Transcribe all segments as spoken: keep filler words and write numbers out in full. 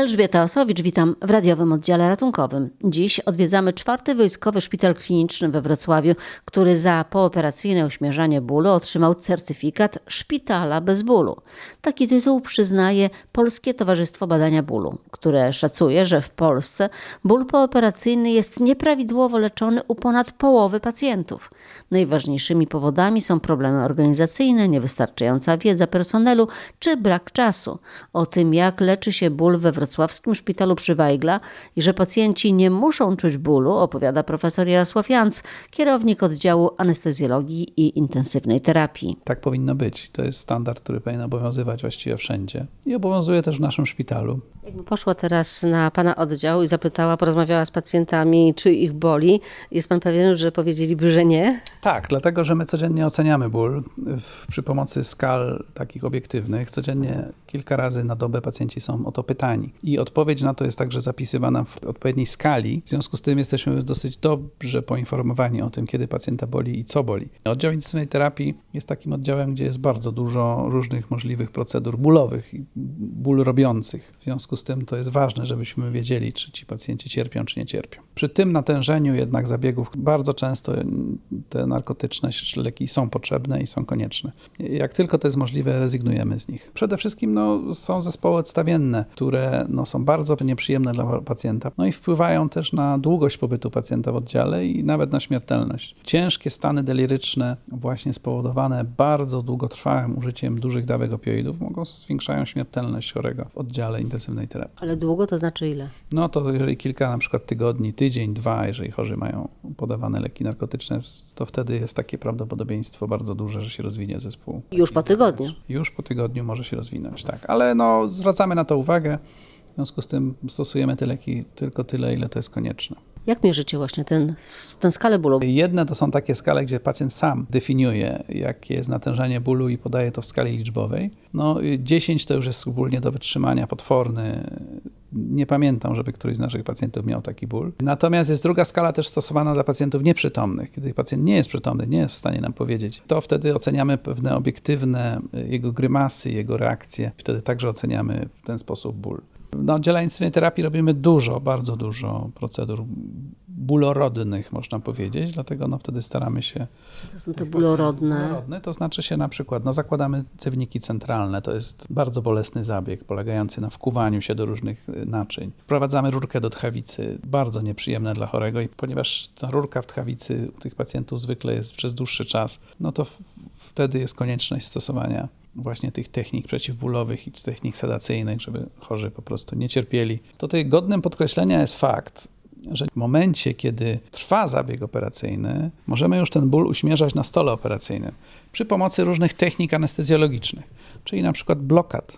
Elżbieta Osowicz, witam w radiowym oddziale ratunkowym. Dziś odwiedzamy czwarty Wojskowy Szpital Kliniczny we Wrocławiu, który za pooperacyjne uśmierzanie bólu otrzymał certyfikat Szpitala bez bólu. Taki tytuł przyznaje Polskie Towarzystwo Badania Bólu, które szacuje, że w Polsce ból pooperacyjny jest nieprawidłowo leczony u ponad połowy pacjentów. Najważniejszymi powodami są problemy organizacyjne, niewystarczająca wiedza personelu czy brak czasu. O tym, jak leczy się ból we Wrocławskim Szpitalu przy Weigla i że pacjenci nie muszą czuć bólu, opowiada profesor Jarosław Janc, kierownik oddziału anestezjologii i intensywnej terapii. Tak powinno być. To jest standard, który powinien obowiązywać właściwie wszędzie i obowiązuje też w naszym szpitalu. Jakby poszła teraz na pana oddział i zapytała, porozmawiała z pacjentami, czy ich boli, jest pan pewien, że powiedzieliby, że nie? Tak, dlatego, że my codziennie oceniamy ból w, przy pomocy skal takich obiektywnych. Codziennie kilka razy na dobę pacjenci są o to pytani. I odpowiedź na to jest także zapisywana w odpowiedniej skali. W związku z tym jesteśmy dosyć dobrze poinformowani o tym, kiedy pacjenta boli i co boli. Oddział intensywnej terapii jest takim oddziałem, gdzie jest bardzo dużo różnych możliwych procedur bólowych i ból robiących. W związku z tym to jest ważne, żebyśmy wiedzieli, czy ci pacjenci cierpią, czy nie cierpią. Przy tym natężeniu jednak zabiegów bardzo często te narkotyczne leki są potrzebne i są konieczne. Jak tylko to jest możliwe, rezygnujemy z nich. Przede wszystkim no, są zespoły odstawienne, które no, są bardzo nieprzyjemne dla pacjenta. No i wpływają też na długość pobytu pacjenta w oddziale i nawet na śmiertelność. Ciężkie stany deliryczne, właśnie spowodowane bardzo długotrwałym użyciem dużych dawek opioidów, mogą zwiększają śmiertelność chorego w oddziale intensywnej terapii. Ale długo to znaczy ile? No to jeżeli kilka na przykład tygodni, tydzień, dwa, jeżeli chorzy mają podawane leki narkotyczne, to wtedy jest takie prawdopodobieństwo bardzo duże, że się rozwinie zespół. Już po tygodniu? Już po tygodniu może się rozwinąć, tak. Ale no zwracamy na to uwagę. W związku z tym stosujemy te leki tylko tyle, ile to jest konieczne. Jak mierzycie właśnie ten, tę skalę bólu? Jedne to są takie skale, gdzie pacjent sam definiuje, jakie jest natężenie bólu i podaje to w skali liczbowej. No dziesięć to już jest ból nie do wytrzymania, potworny. Nie pamiętam, żeby któryś z naszych pacjentów miał taki ból. Natomiast jest druga skala też stosowana dla pacjentów nieprzytomnych. Kiedy pacjent nie jest przytomny, nie jest w stanie nam powiedzieć, to wtedy oceniamy pewne obiektywne jego grymasy, jego reakcje. Wtedy także oceniamy w ten sposób ból. Na oddziale intensywnej terapii robimy dużo, bardzo dużo procedur bólorodnych, można powiedzieć, dlatego no wtedy staramy się... Co to są te bólorodne? Bólorodne to znaczy się na przykład, no zakładamy cewniki centralne, to jest bardzo bolesny zabieg polegający na wkuwaniu się do różnych naczyń. Wprowadzamy rurkę do tchawicy, bardzo nieprzyjemne dla chorego i ponieważ ta rurka w tchawicy u tych pacjentów zwykle jest przez dłuższy czas, no to w, wtedy jest konieczność stosowania właśnie tych technik przeciwbólowych i technik sedacyjnych, żeby chorzy po prostu nie cierpieli. Tutaj godnym podkreślenia jest fakt, że w momencie, kiedy trwa zabieg operacyjny, możemy już ten ból uśmierzać na stole operacyjnym przy pomocy różnych technik anestezjologicznych, czyli na przykład blokad,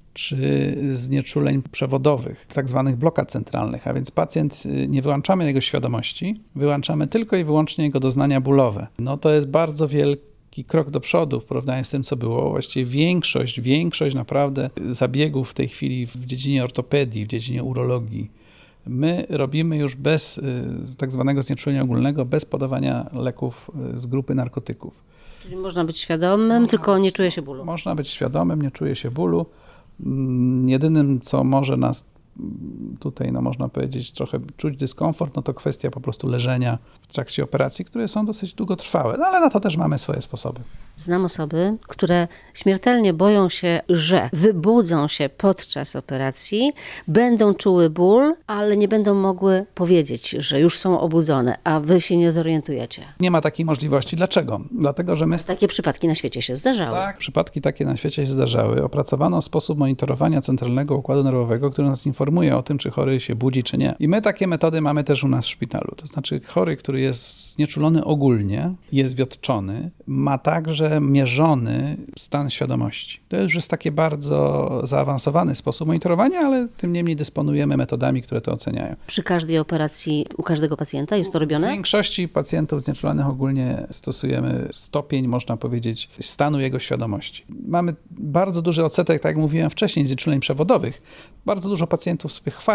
czy znieczuleń przewodowych, tak zwanych blokad centralnych, a więc pacjent, nie wyłączamy jego świadomości, wyłączamy tylko i wyłącznie jego doznania bólowe. No to jest bardzo wielki krok do przodu w porównaniu z tym, co było. Właściwie większość, większość naprawdę zabiegów w tej chwili w dziedzinie ortopedii, w dziedzinie urologii, my robimy już bez tak zwanego znieczulenia ogólnego, bez podawania leków z grupy narkotyków. Czyli można być świadomym, można, tylko nie czuje się bólu. Można być świadomym, nie czuje się bólu. Jedynym, co może nas tutaj, no można powiedzieć, trochę czuć dyskomfort, no to kwestia po prostu leżenia w trakcie operacji, które są dosyć długotrwałe, no ale na to też mamy swoje sposoby. Znam osoby, które śmiertelnie boją się, że wybudzą się podczas operacji, będą czuły ból, ale nie będą mogły powiedzieć, że już są obudzone, a wy się nie zorientujecie. Nie ma takiej możliwości. Dlaczego? Dlatego, że my... Takie przypadki na świecie się zdarzały. Tak, przypadki takie na świecie się zdarzały. Opracowano sposób monitorowania centralnego układu nerwowego, który nas informuje o tym, czy chory się budzi, czy nie. I my takie metody mamy też u nas w szpitalu. To znaczy chory, który jest znieczulony ogólnie, jest wiotczony, ma także mierzony stan świadomości. To już jest taki bardzo zaawansowany sposób monitorowania, ale tym niemniej dysponujemy metodami, które to oceniają. Przy każdej operacji u każdego pacjenta jest to robione? W większości pacjentów znieczulanych ogólnie stosujemy stopień, można powiedzieć, stanu jego świadomości. Mamy bardzo duży odsetek, tak jak mówiłem wcześniej, znieczuleń przewodowych. Bardzo dużo pacjentów sobie chwali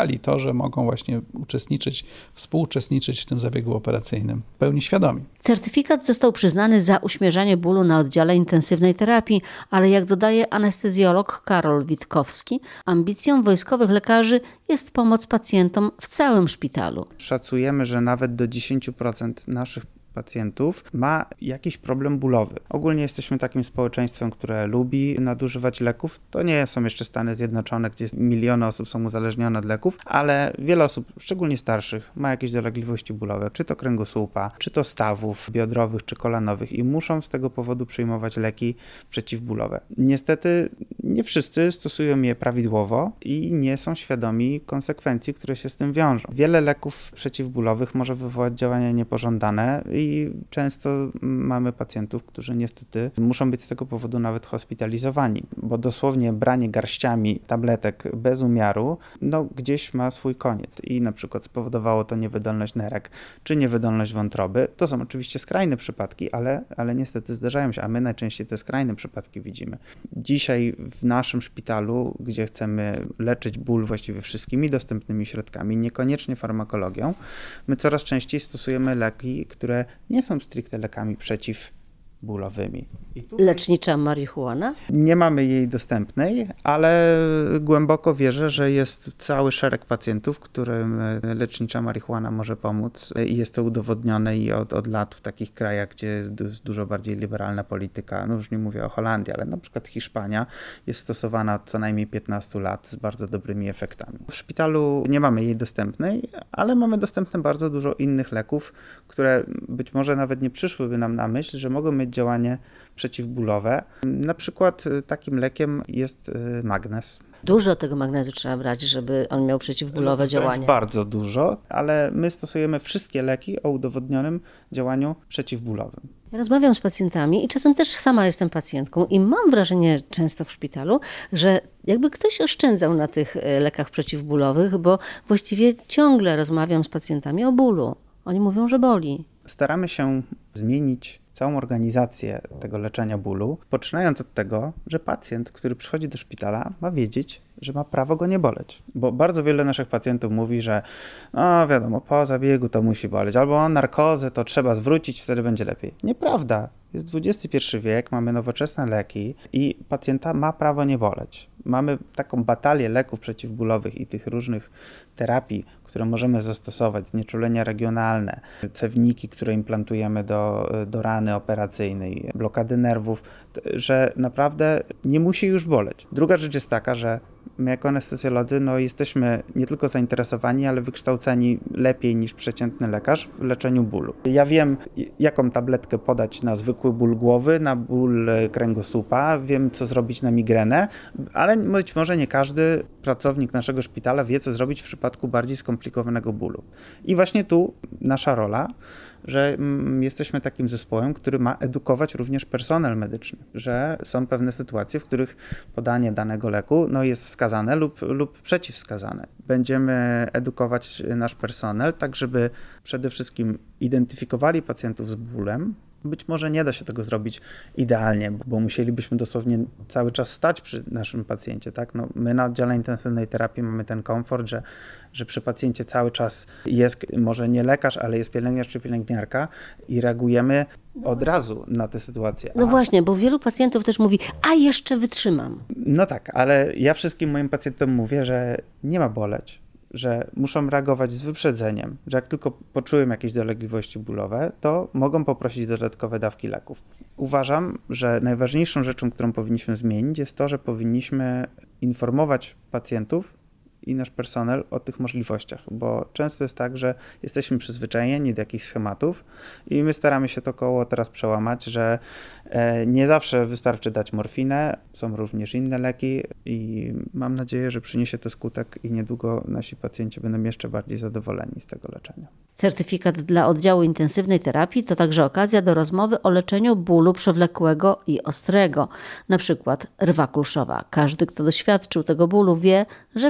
dostrzegali to, że mogą właśnie uczestniczyć, współuczestniczyć w tym zabiegu operacyjnym w pełni świadomi. Certyfikat został przyznany za uśmierzanie bólu na oddziale intensywnej terapii, ale jak dodaje anestezjolog Karol Witkowski, ambicją wojskowych lekarzy jest pomoc pacjentom w całym szpitalu. Szacujemy, że nawet do dziesięć procent naszych pacjentów ma jakiś problem bólowy. Ogólnie jesteśmy takim społeczeństwem, które lubi nadużywać leków. To nie są jeszcze Stany Zjednoczone, gdzie miliony osób są uzależnione od leków, ale wiele osób, szczególnie starszych, ma jakieś dolegliwości bólowe, czy to kręgosłupa, czy to stawów biodrowych, czy kolanowych i muszą z tego powodu przyjmować leki przeciwbólowe. Niestety nie wszyscy stosują je prawidłowo i nie są świadomi konsekwencji, które się z tym wiążą. Wiele leków przeciwbólowych może wywołać działania niepożądane i często mamy pacjentów, którzy niestety muszą być z tego powodu nawet hospitalizowani, bo dosłownie branie garściami tabletek bez umiaru, no gdzieś ma swój koniec i na przykład spowodowało to niewydolność nerek czy niewydolność wątroby. To są oczywiście skrajne przypadki, ale, ale niestety zdarzają się, a my najczęściej te skrajne przypadki widzimy. Dzisiaj w naszym szpitalu, gdzie chcemy leczyć ból właściwie wszystkimi dostępnymi środkami, niekoniecznie farmakologią, my coraz częściej stosujemy leki, które nie są stricte lekami przeciwbólowymi. I tutaj Lecznicza marihuana? nie mamy jej dostępnej, ale głęboko wierzę, że jest cały szereg pacjentów, którym lecznicza marihuana może pomóc i jest to udowodnione i od, od lat w takich krajach, gdzie jest dużo bardziej liberalna polityka, no już nie mówię o Holandii, ale na przykład Hiszpania jest stosowana od co najmniej piętnastu lat z bardzo dobrymi efektami. W szpitalu nie mamy jej dostępnej, ale mamy dostępne bardzo dużo innych leków, które być może nawet nie przyszłyby nam na myśl, że mogą mieć działanie przeciwbólowe. Na przykład takim lekiem jest magnez. Dużo tego magnezu trzeba brać, żeby on miał przeciwbólowe Wręcz działanie. Bardzo dużo, ale my stosujemy wszystkie leki o udowodnionym działaniu przeciwbólowym. Ja rozmawiam z pacjentami i czasem też sama jestem pacjentką i mam wrażenie często w szpitalu, że jakby ktoś oszczędzał na tych lekach przeciwbólowych, bo właściwie ciągle rozmawiam z pacjentami o bólu. Oni mówią, że boli. Staramy się zmienić całą organizację tego leczenia bólu, poczynając od tego, że pacjent, który przychodzi do szpitala, ma wiedzieć, że ma prawo go nie boleć. Bo bardzo wiele naszych pacjentów mówi, że no wiadomo, po zabiegu to musi boleć, albo narkozę to trzeba zwrócić, wtedy będzie lepiej. Nieprawda. Jest dwudziesty pierwszy wiek, mamy nowoczesne leki i pacjenta ma prawo nie boleć. Mamy taką batalię leków przeciwbólowych i tych różnych terapii, które możemy zastosować, znieczulenia regionalne, cewniki, które implantujemy do, do rany operacyjnej, blokady nerwów, że naprawdę nie musi już boleć. Druga rzecz jest taka, że my jako anestezjolodzy no, jesteśmy nie tylko zainteresowani, ale wykształceni lepiej niż przeciętny lekarz w leczeniu bólu. Ja wiem, jaką tabletkę podać na zwykły ból głowy, na ból kręgosłupa, wiem, co zrobić na migrenę, ale być może nie każdy pracownik naszego szpitala wie, co zrobić w przypadku bardziej skomplikowanego bólu. I właśnie tu nasza rola, że mm, jesteśmy takim zespołem, który ma edukować również personel medyczny, że są pewne sytuacje, w których podanie danego leku no, jest wskazane lub, lub przeciwwskazane. Będziemy edukować nasz personel, tak żeby przede wszystkim identyfikowali pacjentów z bólem. Być może nie da się tego zrobić idealnie, bo musielibyśmy dosłownie cały czas stać przy naszym pacjencie. Tak? No, my na oddziale intensywnej terapii mamy ten komfort, że, że przy pacjencie cały czas jest może nie lekarz, ale jest pielęgniarz czy pielęgniarka i reagujemy od razu na tę sytuację. No a... właśnie, bo wielu pacjentów też mówi, a jeszcze wytrzymam. No tak, ale ja wszystkim moim pacjentom mówię, że nie ma boleć, że muszą reagować z wyprzedzeniem, że jak tylko poczują jakieś dolegliwości bólowe, to mogą poprosić dodatkowe dawki leków. Uważam, że najważniejszą rzeczą, którą powinniśmy zmienić, jest to, że powinniśmy informować pacjentów i nasz personel o tych możliwościach, bo często jest tak, że jesteśmy przyzwyczajeni do jakichś schematów i my staramy się to koło teraz przełamać, że nie zawsze wystarczy dać morfinę, są również inne leki i mam nadzieję, że przyniesie to skutek i niedługo nasi pacjenci będą jeszcze bardziej zadowoleni z tego leczenia. Certyfikat dla oddziału intensywnej terapii to także okazja do rozmowy o leczeniu bólu przewlekłego i ostrego, na przykład rwa kulszowa. Każdy, kto doświadczył tego bólu, wie, że przyjemnie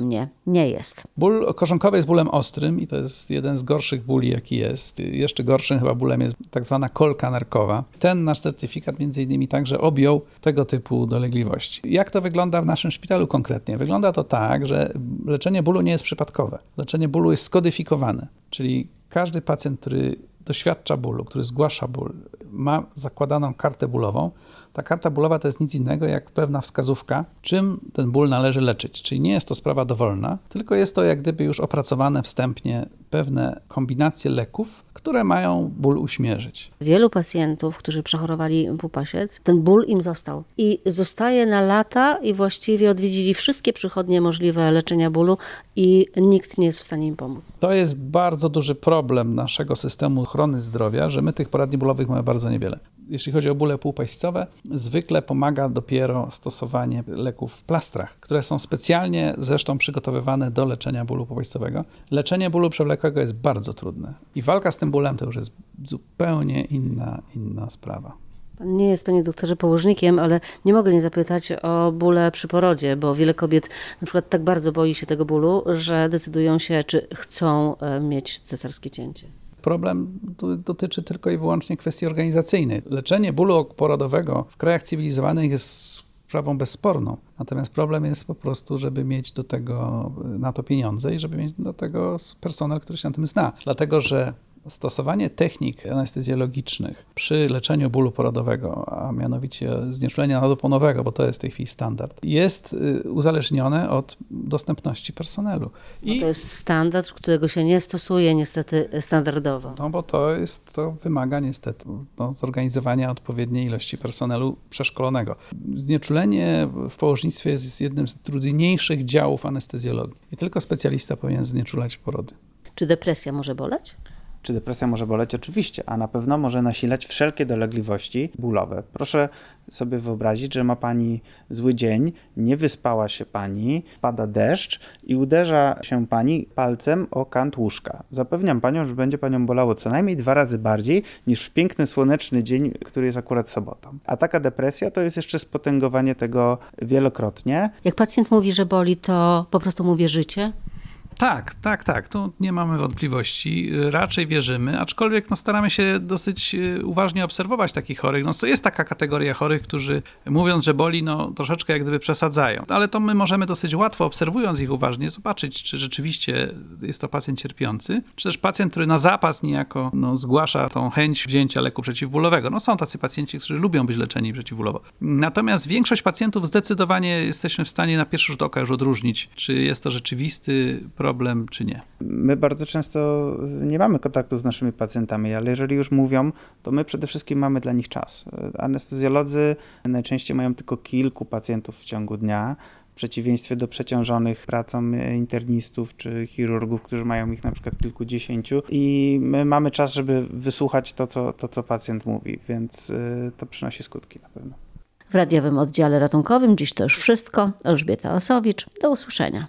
ogólnie nie jest. Ból korzonkowy jest bólem ostrym i to jest jeden z gorszych bóli, jaki jest. Jeszcze gorszym chyba bólem jest tak zwana kolka nerkowa. Ten nasz certyfikat między innymi także objął tego typu dolegliwości. Jak to wygląda w naszym szpitalu konkretnie? Wygląda to tak, że leczenie bólu nie jest przypadkowe. Leczenie bólu jest skodyfikowane, czyli każdy pacjent, który doświadcza bólu, który zgłasza ból, ma zakładaną kartę bólową. Ta karta bólowa to jest nic innego jak pewna wskazówka, czym ten ból należy leczyć. Czyli nie jest to sprawa dowolna, tylko jest to jak gdyby już opracowane wstępnie pewne kombinacje leków, które mają ból uśmierzyć. Wielu pacjentów, którzy przechorowali pupasiec, ten ból im został i zostaje na lata i właściwie odwiedzili wszystkie przychodnie możliwe leczenia bólu i nikt nie jest w stanie im pomóc. To jest bardzo duży problem naszego systemu ochrony zdrowia, że my tych poradni bólowych mamy bardzo niewiele. Jeśli chodzi o bóle półpaśćcowe, zwykle pomaga dopiero stosowanie leków w plastrach, które są specjalnie zresztą przygotowywane do leczenia bólu półpaśćcowego. Leczenie bólu przewlekłego jest bardzo trudne i walka z tym bólem to już jest zupełnie inna, inna sprawa. Pan nie jest, panie doktorze, położnikiem, ale nie mogę nie zapytać o bóle przy porodzie, bo wiele kobiet na przykład tak bardzo boi się tego bólu, że decydują się, czy chcą mieć cesarskie cięcie. Problem dotyczy tylko i wyłącznie kwestii organizacyjnej. Leczenie bólu porodowego w krajach cywilizowanych jest sprawą bezsporną. Natomiast problem jest po prostu, żeby mieć do tego, na to pieniądze i żeby mieć do tego personel, który się na tym zna. Dlatego, że stosowanie technik anestezjologicznych przy leczeniu bólu porodowego, a mianowicie znieczulenia nadoponowego, bo to jest w tej chwili standard, jest uzależnione od dostępności personelu. I no to jest standard, którego się nie stosuje niestety standardowo. No bo to jest, to wymaga niestety no, zorganizowania odpowiedniej ilości personelu przeszkolonego. Znieczulenie w położnictwie jest jednym z trudniejszych działów anestezjologii i tylko specjalista powinien znieczulać porody. Czy depresja może boleć? Czy depresja może boleć? Oczywiście, a na pewno może nasilać wszelkie dolegliwości bólowe. Proszę sobie wyobrazić, że ma pani zły dzień, nie wyspała się pani, pada deszcz i uderza się pani palcem o kant łóżka. Zapewniam panią, że będzie panią bolało co najmniej dwa razy bardziej niż w piękny, słoneczny dzień, który jest akurat sobotą. A taka depresja to jest jeszcze spotęgowanie tego wielokrotnie. Jak pacjent mówi, że boli, to po prostu mu wierzycie? Tak, tak, tak. Tu nie mamy wątpliwości. Raczej wierzymy, aczkolwiek no, staramy się dosyć uważnie obserwować takich chorych. No, jest taka kategoria chorych, którzy mówiąc, że boli, no troszeczkę jak gdyby przesadzają. Ale to my możemy dosyć łatwo, obserwując ich uważnie, zobaczyć, czy rzeczywiście jest to pacjent cierpiący, czy też pacjent, który na zapas niejako no, zgłasza tą chęć wzięcia leku przeciwbólowego. No są tacy pacjenci, którzy lubią być leczeni przeciwbólowo. Natomiast większość pacjentów zdecydowanie jesteśmy w stanie na pierwszy rzut oka już odróżnić, czy jest to rzeczywisty problem, czy nie. My bardzo często nie mamy kontaktu z naszymi pacjentami, ale jeżeli już mówią, to my przede wszystkim mamy dla nich czas. Anestezjolodzy najczęściej mają tylko kilku pacjentów w ciągu dnia, w przeciwieństwie do przeciążonych pracą internistów czy chirurgów, którzy mają ich na przykład kilkudziesięciu i my mamy czas, żeby wysłuchać to, co, to, co pacjent mówi, więc to przynosi skutki na pewno. W radiowym oddziale ratunkowym dziś to już wszystko. Elżbieta Osowicz. Do usłyszenia.